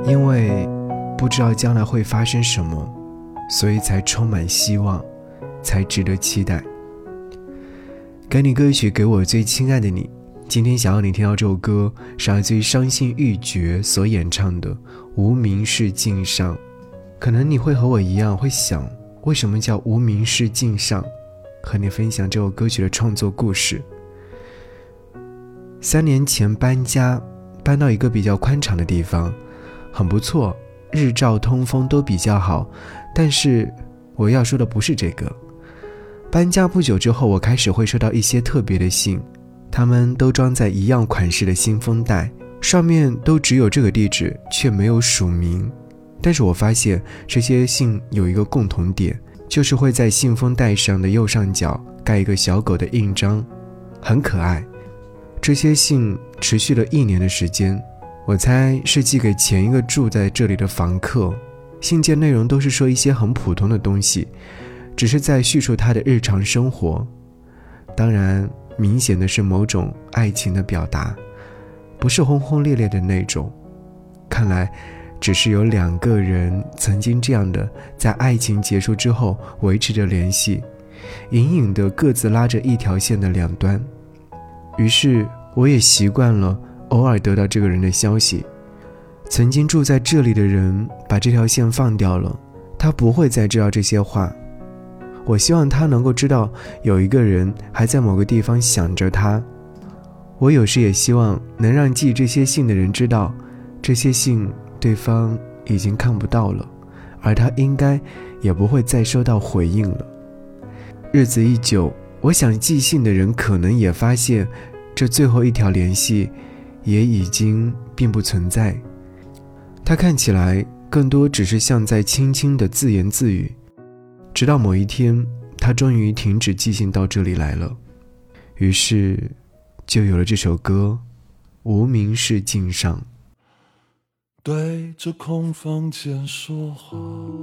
因为不知道将来会发生什么，所以才充满希望，才值得期待。给你歌曲，给我最亲爱的你。今天想要你听到这首歌，是来自于伤心欲绝所演唱的《无名氏镜上》。可能你会和我一样会想，为什么叫无名氏镜上？和你分享这首歌曲的创作故事。3年前搬家，搬到一个比较宽敞的地方，很不错，日照通风都比较好。但是我要说的不是这个。搬家不久之后，我开始会收到一些特别的信，它们都装在一样款式的信封袋，上面都只有这个地址，却没有署名。但是我发现这些信有一个共同点，就是会在信封袋上的右上角盖一个小狗的印章，很可爱。这些信持续了1年的时间，我猜是寄给前一个住在这里的房客。信件内容都是说一些很普通的东西，只是在叙述他的日常生活。当然明显的是某种爱情的表达，不是轰轰烈烈的那种。看来只是有2个人曾经这样的在爱情结束之后维持着联系，隐隐的各自拉着一条线的两端。于是我也习惯了偶尔得到这个人的消息。曾经住在这里的人把这条线放掉了，他不会再知道这些话。我希望他能够知道有一个人还在某个地方想着他。我有时也希望能让寄这些信的人知道，这些信对方已经看不到了，而他应该也不会再收到回应了。日子一久，我想寄信的人可能也发现，这最后一条联系也已经并不存在。他看起来更多只是像在轻轻地自言自语。直到某一天，他终于停止寄信到这里来了，于是就有了这首歌《无名氏镜上》。 对着空房间说话，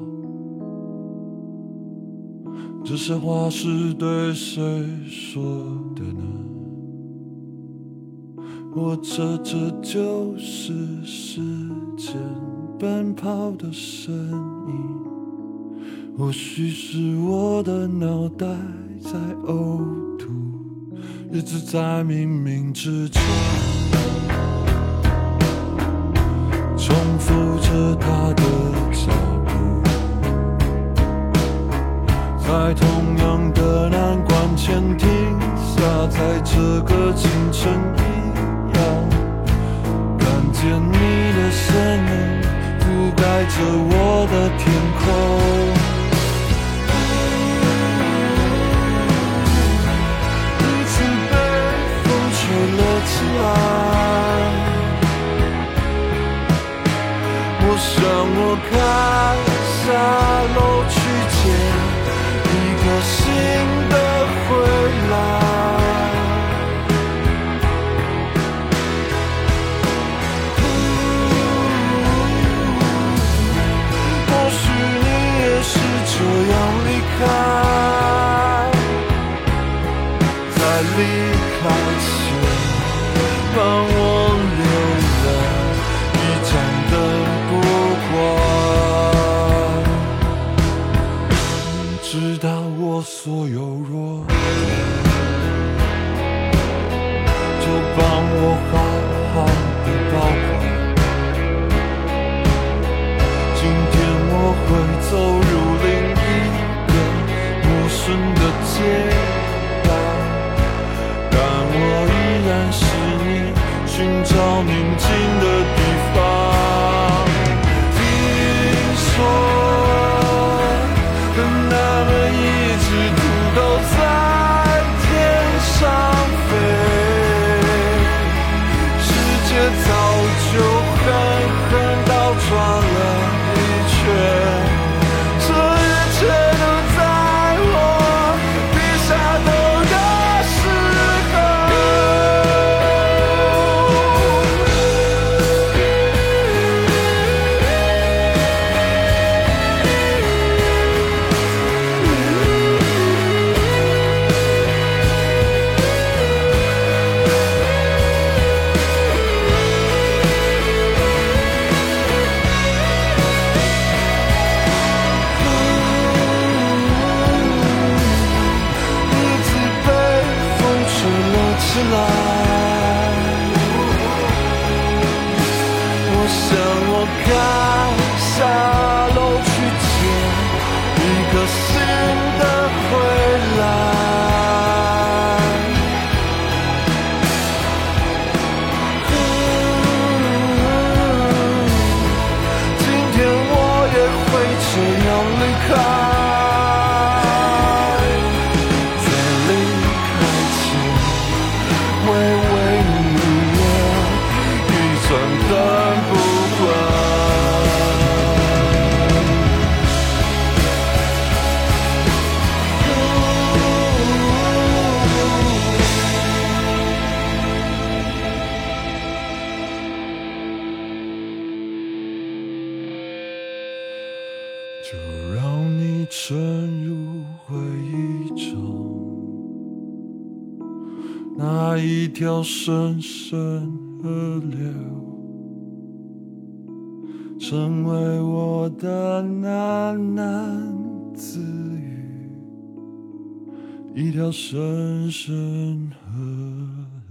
这些话是对谁说的呢？或者这就是时间奔跑的声音？或许是我的脑袋在呕吐，日子在冥冥之中重复着他的脚步，在同样的难关前停下，在这个清晨一样，看见你的身影覆盖着我的天空。一直被风吹了起来，我想我开下楼去捡一个新的回来。或许你也是这样离开，在离开前帮我留了一盏灯不关。 想我该下楼去捡一颗新的回来。今天我也会这样离开。就让你沉入回忆中，那一条深深河流，成为我的喃喃自语，一条深深河